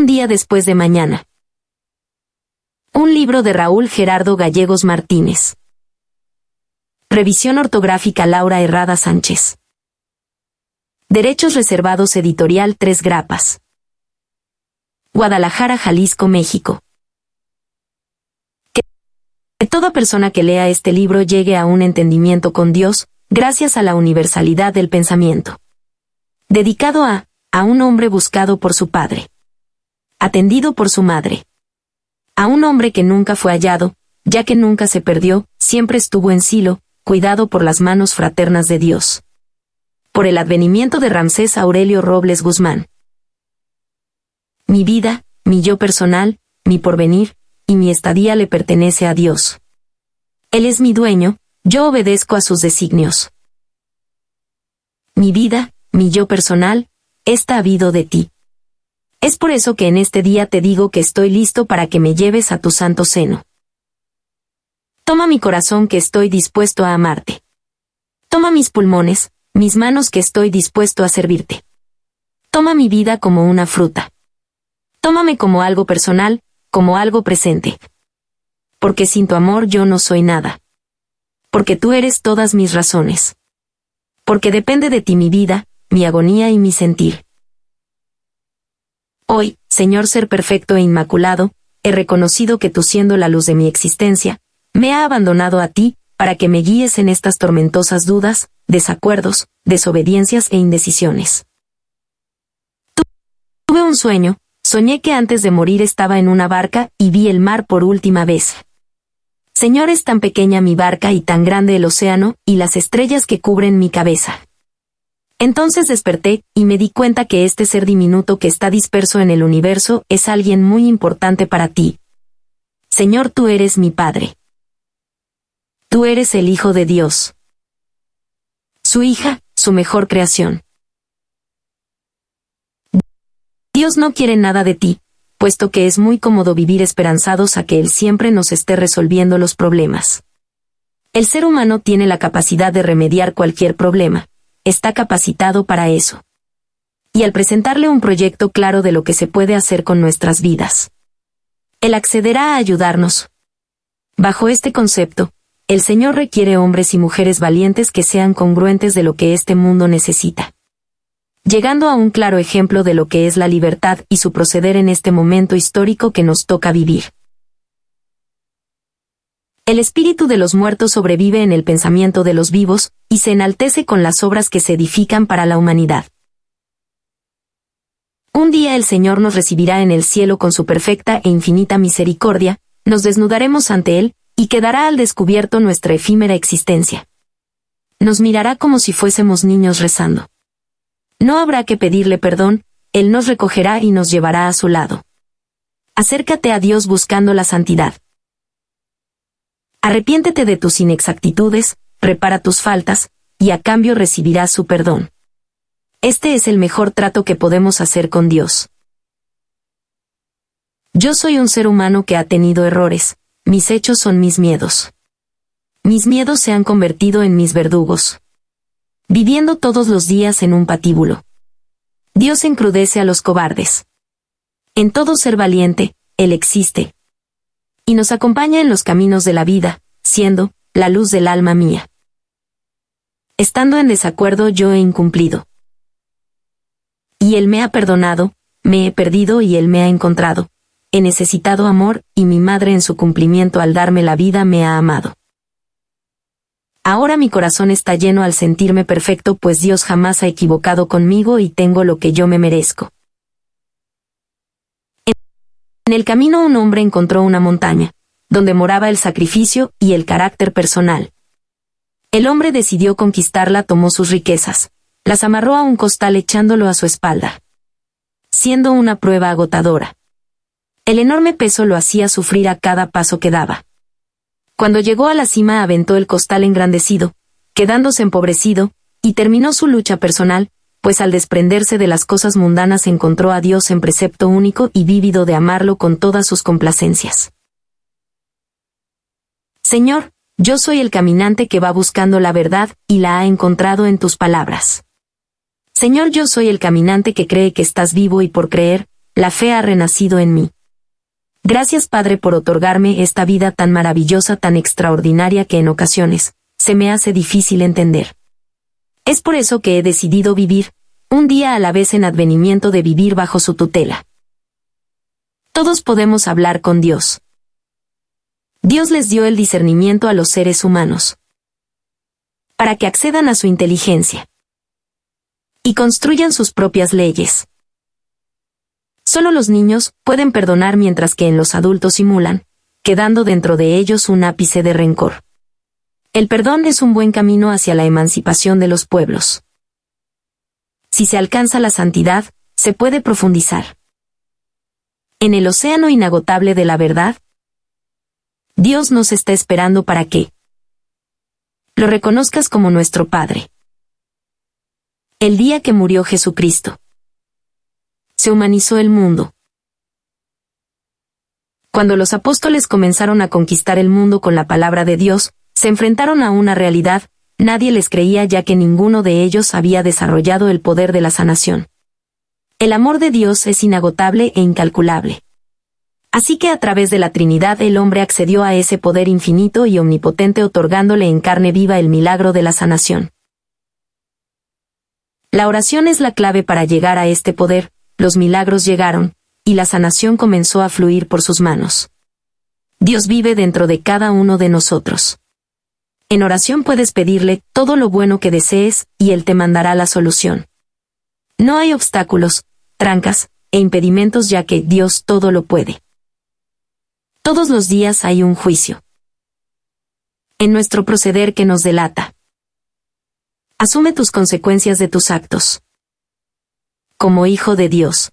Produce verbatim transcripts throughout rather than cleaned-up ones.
día después de mañana. Un libro de Raúl Gerardo Gallegos Martínez. Revisión ortográfica Laura Herrada Sánchez. Derechos reservados editorial Tres Grapas. Guadalajara, Jalisco, México. Que, que toda persona que lea este libro llegue a un entendimiento con Dios, gracias a la universalidad del pensamiento. Dedicado a, a un hombre buscado por su padre. Atendido por su madre. A un hombre que nunca fue hallado, ya que nunca se perdió, siempre estuvo en Silo, cuidado por las manos fraternas de Dios. Por el advenimiento de Ramsés Aurelio Robles Guzmán. Mi vida, mi yo personal, mi porvenir, y mi estadía le pertenece a Dios. Él es mi dueño, yo obedezco a sus designios. Mi vida, mi yo personal, está habido de ti. Es por eso que en este día te digo que estoy listo para que me lleves a tu santo seno. Toma mi corazón que estoy dispuesto a amarte. Toma mis pulmones, mis manos que estoy dispuesto a servirte. Toma mi vida como una fruta. Tómame como algo personal, como algo presente. Porque sin tu amor yo no soy nada. Porque tú eres todas mis razones. Porque depende de ti mi vida, mi agonía y mi sentir. Hoy, Señor Ser perfecto e inmaculado, he reconocido que tú siendo la luz de mi existencia, me ha abandonado a ti, para que me guíes en estas tormentosas dudas, desacuerdos, desobediencias e indecisiones. Tuve un sueño, soñé que antes de morir estaba en una barca y vi el mar por última vez. Señor, es tan pequeña mi barca y tan grande el océano y las estrellas que cubren mi cabeza. Entonces desperté y me di cuenta que este ser diminuto que está disperso en el universo es alguien muy importante para ti. Señor, tú eres mi Padre. Tú eres el Hijo de Dios. Su hija, su mejor creación. Dios no quiere nada de ti, puesto que es muy cómodo vivir esperanzados a que Él siempre nos esté resolviendo los problemas. El ser humano tiene la capacidad de remediar cualquier problema, está capacitado para eso. Y al presentarle un proyecto claro de lo que se puede hacer con nuestras vidas, Él accederá a ayudarnos. Bajo este concepto, el Señor requiere hombres y mujeres valientes que sean congruentes de lo que este mundo necesita. Llegando a un claro ejemplo de lo que es la libertad y su proceder en este momento histórico que nos toca vivir. El espíritu de los muertos sobrevive en el pensamiento de los vivos, y se enaltece con las obras que se edifican para la humanidad. Un día el Señor nos recibirá en el cielo con su perfecta e infinita misericordia, nos desnudaremos ante Él, y quedará al descubierto nuestra efímera existencia. Nos mirará como si fuésemos niños rezando. No habrá que pedirle perdón, Él nos recogerá y nos llevará a su lado. Acércate a Dios buscando la santidad. Arrepiéntete de tus inexactitudes, repara tus faltas, y a cambio recibirás su perdón. Este es el mejor trato que podemos hacer con Dios. Yo soy un ser humano que ha tenido errores, mis hechos son mis miedos. Mis miedos se han convertido en mis verdugos. Viviendo todos los días en un patíbulo. Dios encrudece a los cobardes. En todo ser valiente, Él existe. Y nos acompaña en los caminos de la vida, siendo la luz del alma mía. Estando en desacuerdo yo he incumplido. Y Él me ha perdonado, me he perdido y Él me ha encontrado. He necesitado amor, y mi madre en su cumplimiento al darme la vida me ha amado. Ahora mi corazón está lleno al sentirme perfecto, pues Dios jamás ha equivocado conmigo y tengo lo que yo me merezco. En el camino un hombre encontró una montaña, donde moraba el sacrificio y el carácter personal. El hombre decidió conquistarla, tomó sus riquezas, las amarró a un costal echándolo a su espalda. Siendo una prueba agotadora. El enorme peso lo hacía sufrir a cada paso que daba. Cuando llegó a la cima aventó el costal engrandecido, quedándose empobrecido, y terminó su lucha personal, pues al desprenderse de las cosas mundanas encontró a Dios en precepto único y vívido de amarlo con todas sus complacencias. Señor, yo soy el caminante que va buscando la verdad y la ha encontrado en tus palabras. Señor, yo soy el caminante que cree que estás vivo y por creer, la fe ha renacido en mí. Gracias, Padre, por otorgarme esta vida tan maravillosa, tan extraordinaria que en ocasiones se me hace difícil entender. Es por eso que he decidido vivir, un día a la vez, en advenimiento de vivir bajo su tutela. Todos podemos hablar con Dios. Dios les dio el discernimiento a los seres humanos, para que accedan a su inteligencia y construyan sus propias leyes. Solo los niños pueden perdonar, mientras que en los adultos simulan, quedando dentro de ellos un ápice de rencor. El perdón es un buen camino hacia la emancipación de los pueblos. Si se alcanza la santidad, se puede profundizar en el océano inagotable de la verdad. Dios nos está esperando para que lo reconozcas como nuestro Padre. El día que murió Jesucristo, se humanizó el mundo. Cuando los apóstoles comenzaron a conquistar el mundo con la palabra de Dios, se enfrentaron a una realidad. Nadie les creía, ya que ninguno de ellos había desarrollado el poder de la sanación. El amor de Dios es inagotable e incalculable. Así que a través de la Trinidad el hombre accedió a ese poder infinito y omnipotente, otorgándole en carne viva el milagro de la sanación. La oración es la clave para llegar a este poder. Los milagros llegaron, y la sanación comenzó a fluir por sus manos. Dios vive dentro de cada uno de nosotros. En oración puedes pedirle todo lo bueno que desees, y Él te mandará la solución. No hay obstáculos, trancas e impedimentos, ya que Dios todo lo puede. Todos los días hay un juicio en nuestro proceder que nos delata. Asume tus consecuencias de tus actos como hijo de Dios.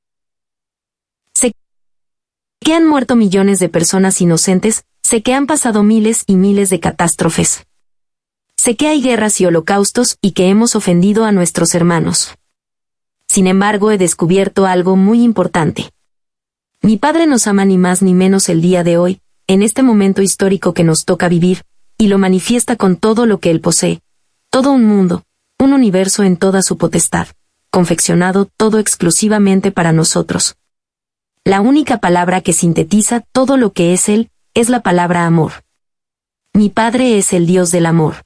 Sé que han muerto millones de personas inocentes, sé que han pasado miles y miles de catástrofes. Sé que hay guerras y holocaustos y que hemos ofendido a nuestros hermanos. Sin embargo, he descubierto algo muy importante. Mi Padre nos ama ni más ni menos el día de hoy, en este momento histórico que nos toca vivir, y lo manifiesta con todo lo que Él posee, todo un mundo, un universo en toda su potestad, confeccionado todo exclusivamente para nosotros. La única palabra que sintetiza todo lo que es Él, es la palabra amor. Mi Padre es el Dios del amor.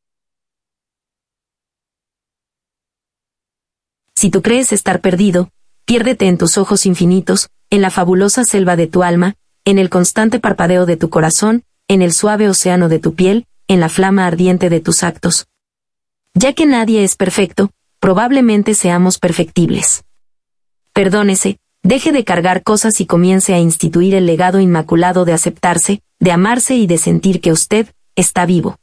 Si tú crees estar perdido, piérdete en tus ojos infinitos, en la fabulosa selva de tu alma, en el constante parpadeo de tu corazón, en el suave océano de tu piel, en la flama ardiente de tus actos. Ya que nadie es perfecto, probablemente seamos perfectibles. Perdónese, deje de cargar cosas y comience a instituir el legado inmaculado de aceptarse, de amarse y de sentir que usted está vivo.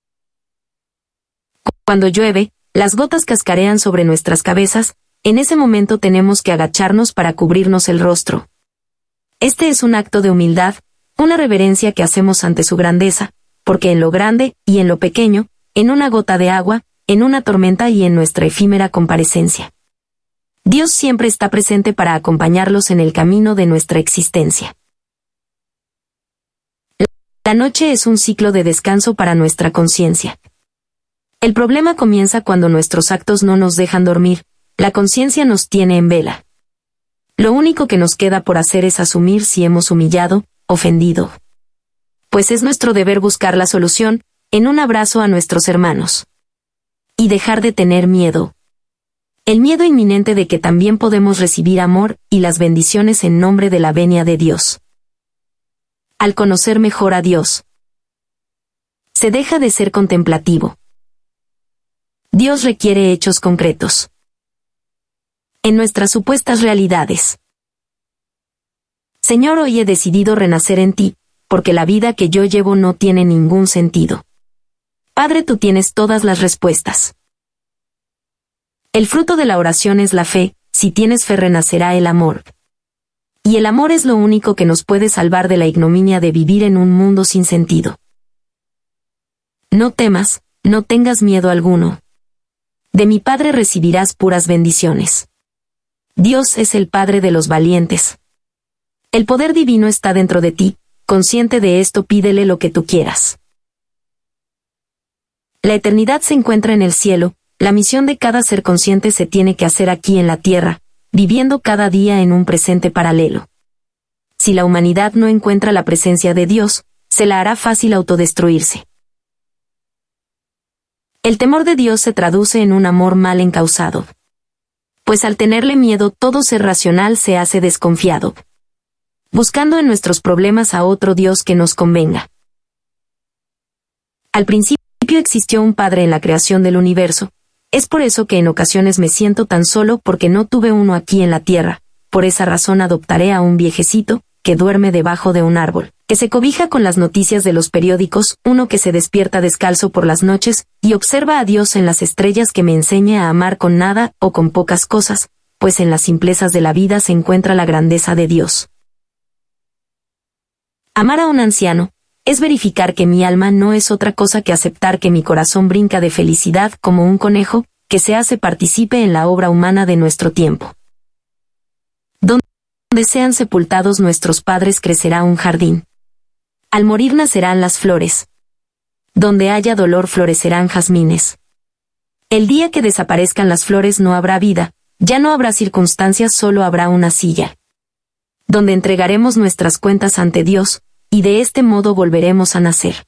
Cuando llueve, las gotas cascarean sobre nuestras cabezas. En ese momento tenemos que agacharnos para cubrirnos el rostro. Este es un acto de humildad, una reverencia que hacemos ante su grandeza, porque en lo grande y en lo pequeño, en una gota de agua, en una tormenta y en nuestra efímera comparecencia, Dios siempre está presente para acompañarlos en el camino de nuestra existencia. La noche es un ciclo de descanso para nuestra conciencia. El problema comienza cuando nuestros actos no nos dejan dormir. La conciencia nos tiene en vela. Lo único que nos queda por hacer es asumir si hemos humillado, ofendido. Pues es nuestro deber buscar la solución, en un abrazo a nuestros hermanos. Y dejar de tener miedo. El miedo inminente de que también podemos recibir amor y las bendiciones en nombre de la venia de Dios. Al conocer mejor a Dios, se deja de ser contemplativo. Dios requiere hechos concretos en nuestras supuestas realidades. Señor, hoy he decidido renacer en ti, porque la vida que yo llevo no tiene ningún sentido. Padre, tú tienes todas las respuestas. El fruto de la oración es la fe. Si tienes fe, renacerá el amor. Y el amor es lo único que nos puede salvar de la ignominia de vivir en un mundo sin sentido. No temas, no tengas miedo alguno. De mi Padre recibirás puras bendiciones. Dios es el Padre de los valientes. El poder divino está dentro de ti. Consciente de esto, pídele lo que tú quieras. La eternidad se encuentra en el cielo. La misión de cada ser consciente se tiene que hacer aquí en la tierra. viviendo cada día en un presente paralelo. Si la humanidad no encuentra la presencia de Dios, se la hará fácil autodestruirse. El temor de Dios se traduce en un amor mal encausado. Pues al tenerle miedo todo ser racional se hace desconfiado, buscando en nuestros problemas a otro Dios que nos convenga. Al principio existió un Padre en la creación del universo, es por eso que en ocasiones me siento tan solo porque no tuve uno aquí en la tierra, por esa razón adoptaré a un viejecito, que duerme debajo de un árbol, que se cobija con las noticias de los periódicos, uno que se despierta descalzo por las noches, y observa a Dios en las estrellas que me enseñe a amar con nada o con pocas cosas, pues en las simplezas de la vida se encuentra la grandeza de Dios. Amar a un anciano, es verificar que mi alma no es otra cosa que aceptar que mi corazón brinca de felicidad como un conejo, que se hace partícipe en la obra humana de nuestro tiempo. Donde sean sepultados nuestros padres crecerá un jardín. Al morir nacerán las flores. Donde haya dolor florecerán jazmines. El día que desaparezcan las flores no habrá vida, ya no habrá circunstancias, solo habrá una silla. Donde entregaremos nuestras cuentas ante Dios, y de este modo volveremos a nacer.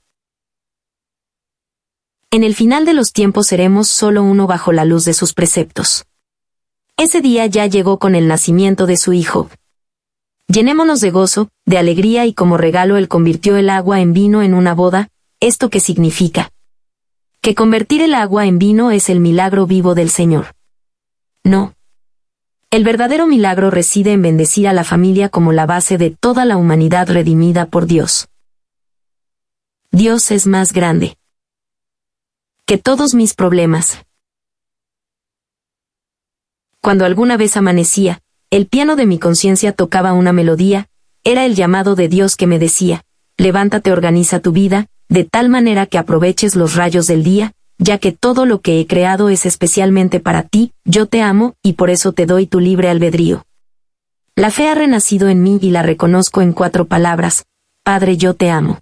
En el final de los tiempos seremos solo uno bajo la luz de sus preceptos. Ese día ya llegó con el nacimiento de su Hijo. Llenémonos de gozo, de alegría, y como regalo Él convirtió el agua en vino en una boda. ¿Esto qué significa? Que convertir el agua en vino es el milagro vivo del Señor. No. El verdadero milagro reside en bendecir a la familia como la base de toda la humanidad redimida por Dios. Dios es más grande que todos mis problemas. Cuando alguna vez amanecía, el piano de mi conciencia tocaba una melodía, era el llamado de Dios que me decía, levántate, organiza tu vida, de tal manera que aproveches los rayos del día, ya que todo lo que he creado es especialmente para ti, yo te amo, y por eso te doy tu libre albedrío. La fe ha renacido en mí y la reconozco en cuatro palabras: Padre, yo te amo.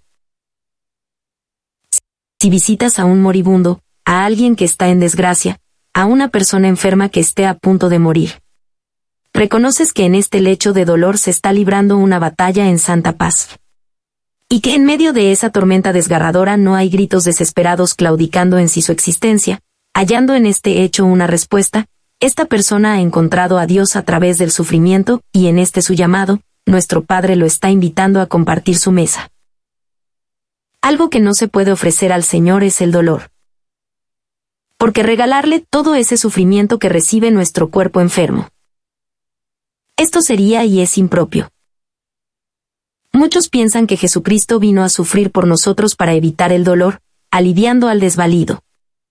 Si visitas a un moribundo, a alguien que está en desgracia, a una persona enferma que esté a punto de morir, reconoces que en este lecho de dolor se está librando una batalla en santa paz. Y que en medio de esa tormenta desgarradora no hay gritos desesperados claudicando en sí su existencia, hallando en este hecho una respuesta, esta persona ha encontrado a Dios a través del sufrimiento, y en este su llamado, nuestro Padre lo está invitando a compartir su mesa. Algo que no se puede ofrecer al Señor es el dolor. Porque regalarle todo ese sufrimiento que recibe nuestro cuerpo enfermo, esto sería y es impropio. Muchos piensan que Jesucristo vino a sufrir por nosotros para evitar el dolor, aliviando al desvalido.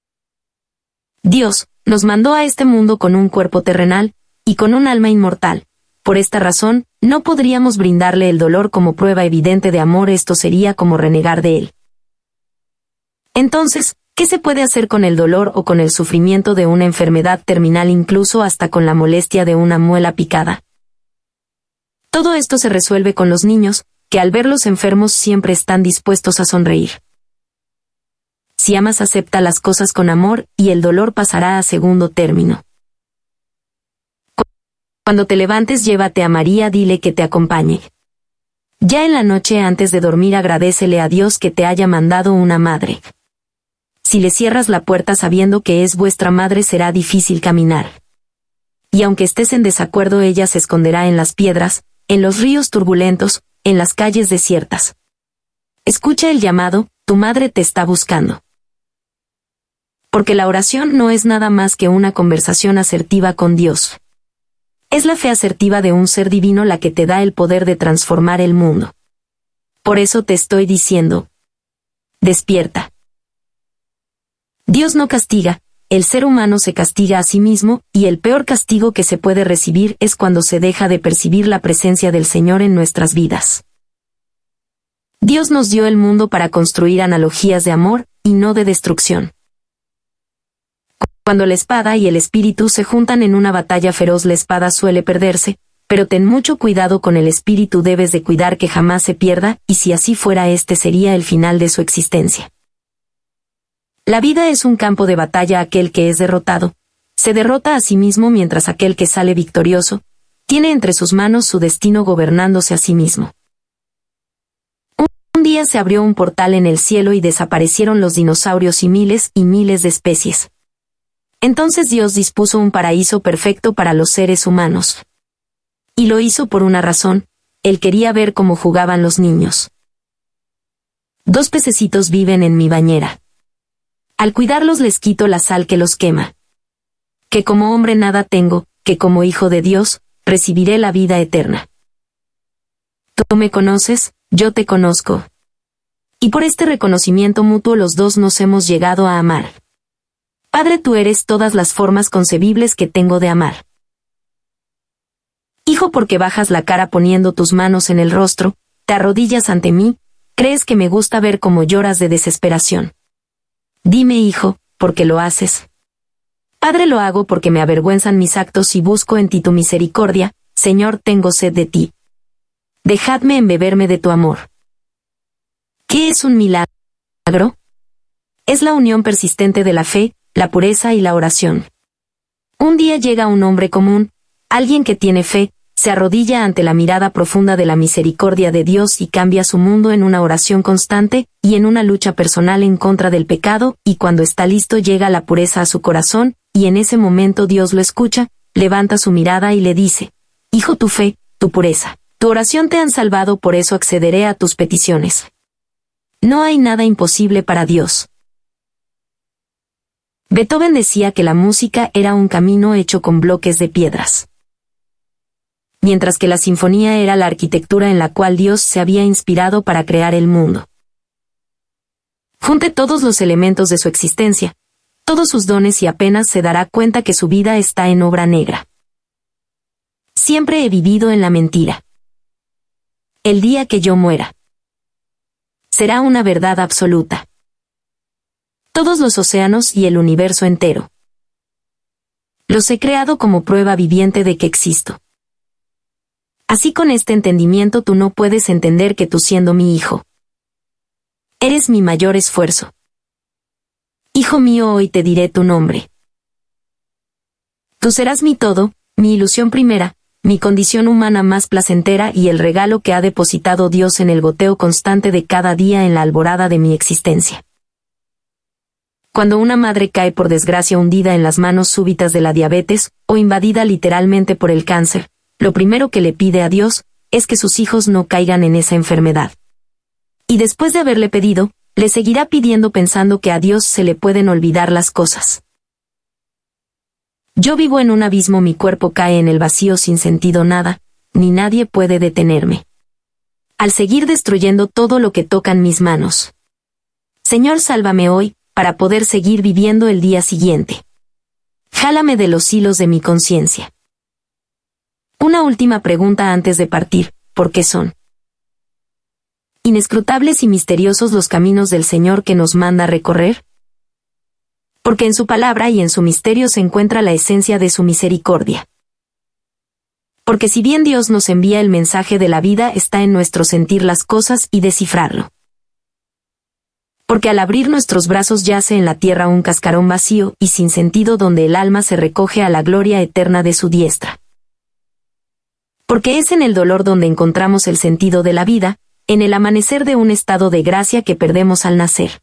Dios nos mandó a este mundo con un cuerpo terrenal, y con un alma inmortal. Por esta razón, no podríamos brindarle el dolor como prueba evidente de amor, esto sería como renegar de él. Entonces, ¿qué se puede hacer con el dolor o con el sufrimiento de una enfermedad terminal, incluso hasta con la molestia de una muela picada? Todo esto se resuelve con los niños, que al verlos enfermos siempre están dispuestos a sonreír. Si amas, acepta las cosas con amor, y el dolor pasará a segundo término. Cuando te levantes, llévate a María, dile que te acompañe. Ya en la noche antes de dormir, agradécele a Dios que te haya mandado una madre. Si le cierras la puerta sabiendo que es vuestra madre, será difícil caminar. Y aunque estés en desacuerdo, ella se esconderá en las piedras, en los ríos turbulentos, en las calles desiertas. Escucha el llamado, tu madre te está buscando. Porque la oración no es nada más que una conversación asertiva con Dios. Es la fe asertiva de un ser divino la que te da el poder de transformar el mundo. Por eso te estoy diciendo: despierta. Dios no castiga, el ser humano se castiga a sí mismo, y el peor castigo que se puede recibir es cuando se deja de percibir la presencia del Señor en nuestras vidas. Dios nos dio el mundo para construir analogías de amor, y no de destrucción. Cuando la espada y el espíritu se juntan en una batalla feroz, la espada suele perderse, pero ten mucho cuidado con el espíritu, debes de cuidar que jamás se pierda, y si así fuera, este sería el final de su existencia. La vida es un campo de batalla, aquel que es derrotado se derrota a sí mismo mientras aquel que sale victorioso, tiene entre sus manos su destino gobernándose a sí mismo. Un, un día se abrió un portal en el cielo y desaparecieron los dinosaurios y miles y miles de especies. Entonces Dios dispuso un paraíso perfecto para los seres humanos. Y lo hizo por una razón: Él quería ver cómo jugaban los niños. Dos pececitos viven en mi bañera. Al cuidarlos les quito la sal que los quema. Que como hombre nada tengo, que como hijo de Dios, recibiré la vida eterna. Tú me conoces, yo te conozco. Y por este reconocimiento mutuo los dos nos hemos llegado a amar. Padre, tú eres todas las formas concebibles que tengo de amar. Hijo, porque bajas la cara poniendo tus manos en el rostro, te arrodillas ante mí, crees que me gusta ver cómo lloras de desesperación. Dime, hijo, ¿por qué lo haces? Padre, lo hago porque me avergüenzan mis actos y busco en ti tu misericordia. Señor, tengo sed de ti. Dejadme embeberme de tu amor. ¿Qué es un milagro? Es la unión persistente de la fe, la pureza y la oración. Un día llega un hombre común, alguien que tiene fe, se arrodilla ante la mirada profunda de la misericordia de Dios y cambia su mundo en una oración constante, y en una lucha personal en contra del pecado, y cuando está listo llega la pureza a su corazón, y en ese momento Dios lo escucha, levanta su mirada y le dice: Hijo, tu fe, tu pureza, tu oración te han salvado, por eso accederé a tus peticiones. No hay nada imposible para Dios. Beethoven decía que la música era un camino hecho con bloques de piedras, mientras que la sinfonía era la arquitectura en la cual Dios se había inspirado para crear el mundo. Junte todos los elementos de su existencia, todos sus dones, y apenas se dará cuenta que su vida está en obra negra. Siempre he vivido en la mentira. El día que yo muera, será una verdad absoluta. Todos los océanos y el universo entero los he creado como prueba viviente de que existo. Así, con este entendimiento tú no puedes entender que tú, siendo mi hijo, eres mi mayor esfuerzo. Hijo mío, hoy te diré tu nombre. Tú serás mi todo, mi ilusión primera, mi condición humana más placentera y el regalo que ha depositado Dios en el goteo constante de cada día en la alborada de mi existencia. Cuando una madre cae por desgracia hundida en las manos súbitas de la diabetes, o invadida literalmente por el cáncer, lo primero que le pide a Dios es que sus hijos no caigan en esa enfermedad. Y después de haberle pedido, le seguirá pidiendo pensando que a Dios se le pueden olvidar las cosas. Yo vivo en un abismo, mi cuerpo cae en el vacío sin sentido nada, ni nadie puede detenerme. Al seguir destruyendo todo lo que tocan mis manos. Señor, sálvame hoy, para poder seguir viviendo el día siguiente. Jálame de los hilos de mi conciencia. Una última pregunta antes de partir: ¿por qué son inescrutables y misteriosos los caminos del Señor que nos manda recorrer? Porque en su palabra y en su misterio se encuentra la esencia de su misericordia. Porque si bien Dios nos envía el mensaje de la vida, está en nuestro sentir las cosas y descifrarlo. Porque al abrir nuestros brazos yace en la tierra un cascarón vacío y sin sentido donde el alma se recoge a la gloria eterna de su diestra. Porque es en el dolor donde encontramos el sentido de la vida, en el amanecer de un estado de gracia que perdemos al nacer.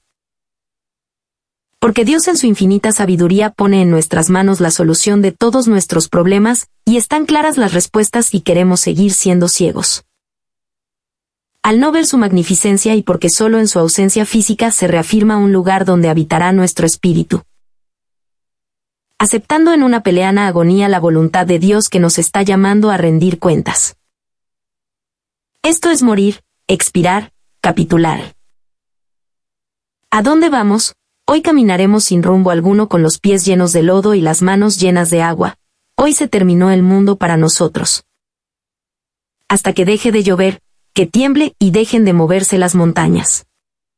Porque Dios en su infinita sabiduría pone en nuestras manos la solución de todos nuestros problemas, y están claras las respuestas y queremos seguir siendo ciegos. Al no ver su magnificencia, y porque solo en su ausencia física se reafirma un lugar donde habitará nuestro espíritu. Aceptando en una peleana agonía la voluntad de Dios que nos está llamando a rendir cuentas. Esto es morir, expirar, capitular. ¿A dónde vamos? Hoy caminaremos sin rumbo alguno, con los pies llenos de lodo y las manos llenas de agua. Hoy se terminó el mundo para nosotros. Hasta que deje de llover, que tiemble y dejen de moverse las montañas.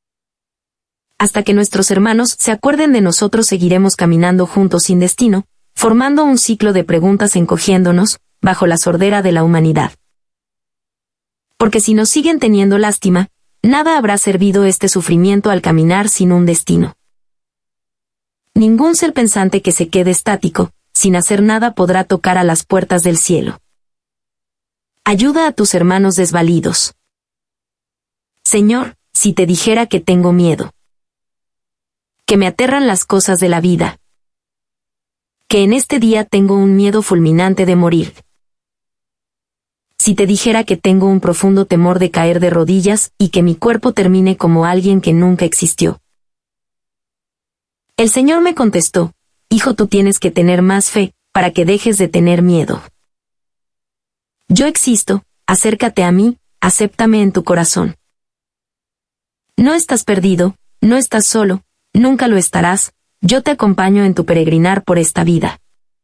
Hasta que nuestros hermanos se acuerden de nosotros, seguiremos caminando juntos sin destino, formando un ciclo de preguntas, encogiéndonos, bajo la sordera de la humanidad. Porque si nos siguen teniendo lástima, nada habrá servido este sufrimiento al caminar sin un destino. Ningún ser pensante que se quede estático, sin hacer nada podrá tocar a las puertas del cielo. Ayuda a tus hermanos desvalidos. Señor, si te dijera que tengo miedo, que me aterran las cosas de la vida, que en este día tengo un miedo fulminante de morir. Si te dijera que tengo un profundo temor de caer de rodillas y que mi cuerpo termine como alguien que nunca existió. El Señor me contestó, hijo, tú tienes que tener más fe, para que dejes de tener miedo. Yo existo, acércate a mí, acéptame en tu corazón. No estás perdido, no estás solo, nunca lo estarás, yo te acompaño en tu peregrinar por esta vida.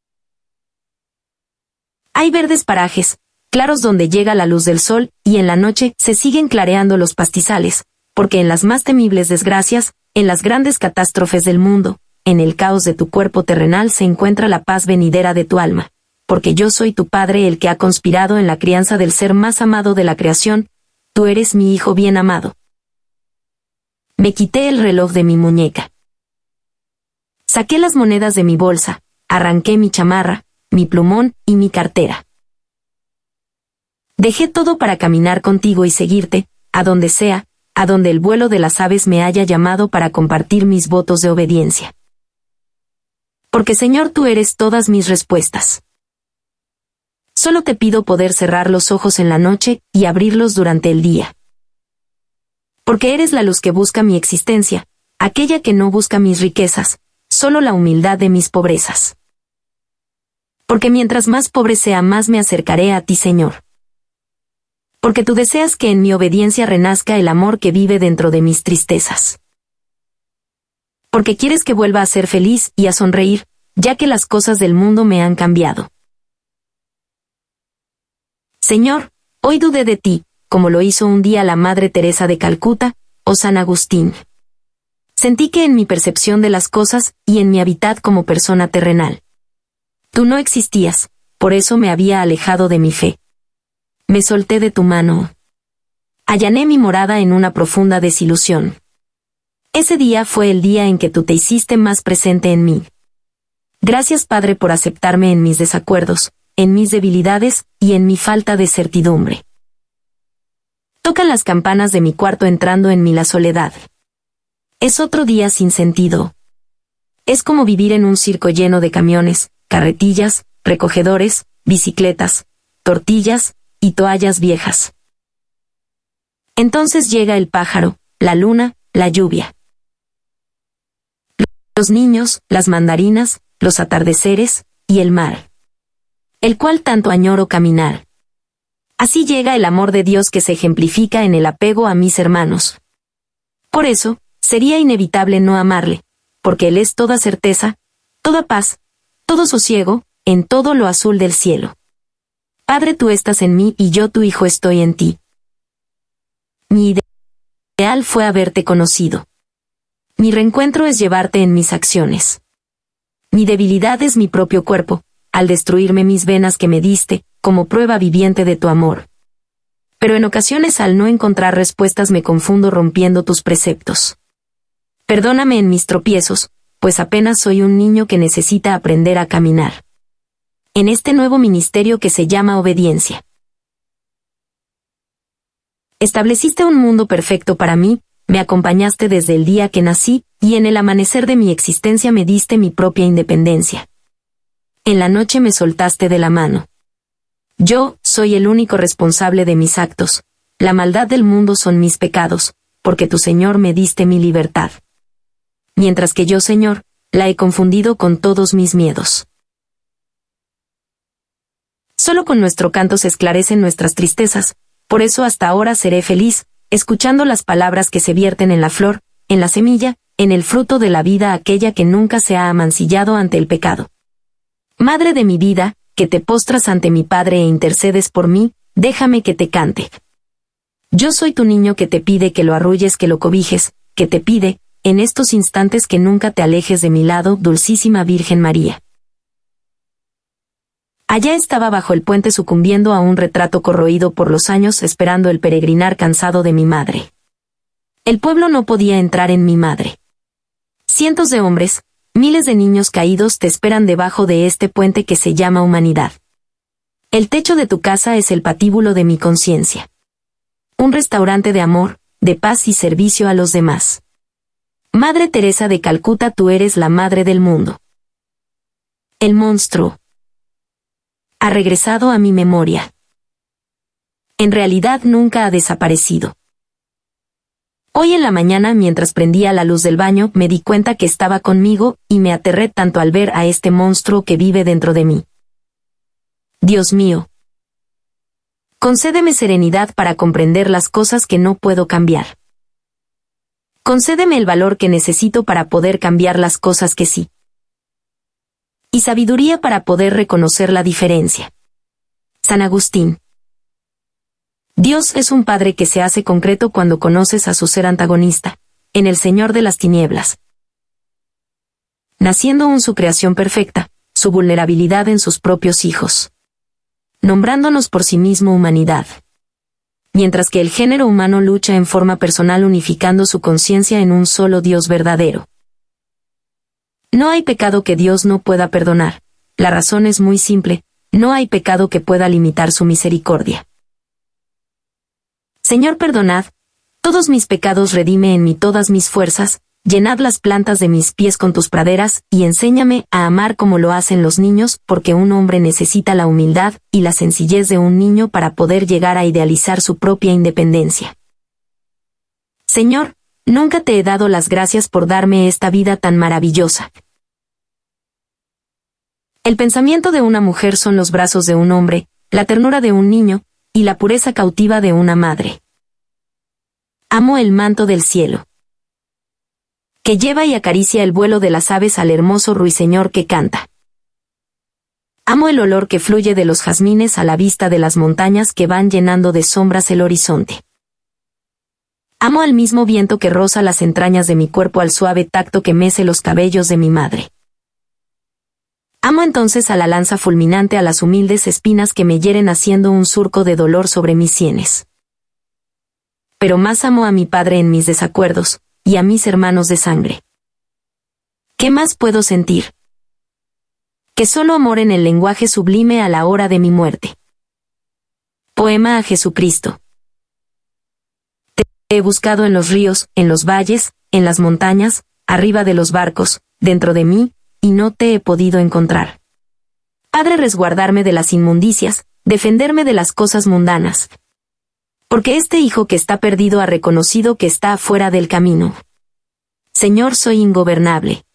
Hay verdes parajes, claros donde llega la luz del sol, y en la noche se siguen clareando los pastizales, porque en las más temibles desgracias, en las grandes catástrofes del mundo, en el caos de tu cuerpo terrenal se encuentra la paz venidera de tu alma, porque yo soy tu Padre el que ha conspirado en la crianza del ser más amado de la creación, tú eres mi hijo bien amado. Me quité el reloj de mi muñeca. Saqué las monedas de mi bolsa, arranqué mi chamarra, mi plumón y mi cartera. Dejé todo para caminar contigo y seguirte, a donde sea, a donde el vuelo de las aves me haya llamado para compartir mis votos de obediencia. Porque Señor, tú eres todas mis respuestas. Solo te pido poder cerrar los ojos en la noche y abrirlos durante el día. Porque eres la luz que busca mi existencia, aquella que no busca mis riquezas, solo la humildad de mis pobrezas. Porque mientras más pobre sea, más me acercaré a ti, Señor. Porque tú deseas que en mi obediencia renazca el amor que vive dentro de mis tristezas. Porque quieres que vuelva a ser feliz y a sonreír, ya que las cosas del mundo me han cambiado. Señor, hoy dudé de ti, como lo hizo un día la Madre Teresa de Calcuta, o San Agustín. Sentí que en mi percepción de las cosas, y en mi hábitat como persona terrenal, tú no existías, por eso me había alejado de mi fe. Me solté de tu mano. Allané mi morada en una profunda desilusión. Ese día fue el día en que tú te hiciste más presente en mí. Gracias, Padre, por aceptarme en mis desacuerdos, en mis debilidades, y en mi falta de certidumbre. Tocan las campanas de mi cuarto entrando en mí la soledad. Es otro día sin sentido. Es como vivir en un circo lleno de camiones, carretillas, recogedores, bicicletas, tortillas y toallas viejas. Entonces llega el pájaro, la luna, la lluvia. Los niños, las mandarinas, los atardeceres y el mar, el cual tanto añoro caminar. Así llega el amor de Dios que se ejemplifica en el apego a mis hermanos. Por eso, sería inevitable no amarle, porque Él es toda certeza, toda paz, todo sosiego, en todo lo azul del cielo. Padre, tú estás en mí y yo, tu Hijo, estoy en ti. Mi ideal fue haberte conocido. Mi reencuentro es llevarte en mis acciones. Mi debilidad es mi propio cuerpo, al destruirme mis venas que me diste, como prueba viviente de tu amor. Pero en ocasiones al no encontrar respuestas me confundo rompiendo tus preceptos. Perdóname en mis tropiezos, pues apenas soy un niño que necesita aprender a caminar. En este nuevo ministerio que se llama obediencia. Estableciste un mundo perfecto para mí, me acompañaste desde el día que nací, y en el amanecer de mi existencia me diste mi propia independencia. En la noche me soltaste de la mano. Yo soy el único responsable de mis actos, la maldad del mundo son mis pecados, porque tu Señor me diste mi libertad. Mientras que yo, Señor, la he confundido con todos mis miedos. Solo con nuestro canto se esclarecen nuestras tristezas, por eso hasta ahora seré feliz, escuchando las palabras que se vierten en la flor, en la semilla, en el fruto de la vida aquella que nunca se ha amancillado ante el pecado. Madre de mi vida, que te postras ante mi Padre e intercedes por mí, déjame que te cante. Yo soy tu niño que te pide que lo arrulles, que lo cobijes, que te pide, en estos instantes que nunca te alejes de mi lado, dulcísima Virgen María. Allá estaba bajo el puente sucumbiendo a un retrato corroído por los años, esperando el peregrinar cansado de mi madre. El pueblo no podía entrar en mi madre. Cientos de hombres, Miles de niños caídos te esperan debajo de este puente que se llama humanidad. El techo de tu casa es el patíbulo de mi conciencia. Un restaurante de amor, de paz y servicio a los demás. Madre Teresa de Calcuta, tú eres la madre del mundo. El monstruo ha regresado a mi memoria. En realidad nunca ha desaparecido. Hoy en la mañana, mientras prendía la luz del baño, me di cuenta que estaba conmigo, y me aterré tanto al ver a este monstruo que vive dentro de mí. Dios mío, concédeme serenidad para comprender las cosas que no puedo cambiar. Concédeme el valor que necesito para poder cambiar las cosas que sí. Y sabiduría para poder reconocer la diferencia. San Agustín. Dios es un Padre que se hace concreto cuando conoces a su ser antagonista, en el Señor de las tinieblas. Naciendo en su creación perfecta, su vulnerabilidad en sus propios hijos. Nombrándonos por sí mismo humanidad. Mientras que el género humano lucha en forma personal unificando su conciencia en un solo Dios verdadero. No hay pecado que Dios no pueda perdonar. La razón es muy simple, no hay pecado que pueda limitar su misericordia. Señor, perdonad todos mis pecados, redime en mí todas mis fuerzas, llenad las plantas de mis pies con tus praderas, y enséñame a amar como lo hacen los niños, porque un hombre necesita la humildad y la sencillez de un niño para poder llegar a idealizar su propia independencia. Señor, nunca te he dado las gracias por darme esta vida tan maravillosa. El pensamiento de una mujer son los brazos de un hombre, la ternura de un niño, y la pureza cautiva de una madre. Amo el manto del cielo, que lleva y acaricia el vuelo de las aves al hermoso ruiseñor que canta. Amo el olor que fluye de los jazmines a la vista de las montañas que van llenando de sombras el horizonte. Amo al mismo viento que roza las entrañas de mi cuerpo, al suave tacto que mece los cabellos de mi madre. Amo entonces a la lanza fulminante, a las humildes espinas que me hieren haciendo un surco de dolor sobre mis sienes. Pero más amo a mi padre en mis desacuerdos, y a mis hermanos de sangre. ¿Qué más puedo sentir? Que solo amor en el lenguaje sublime a la hora de mi muerte. Poema a Jesucristo. Te he buscado en los ríos, en los valles, en las montañas, arriba de los barcos, dentro de mí, y no te he podido encontrar. Padre, resguardarme de las inmundicias, defenderme de las cosas mundanas. Porque este hijo que está perdido ha reconocido que está fuera del camino. Señor, soy ingobernable.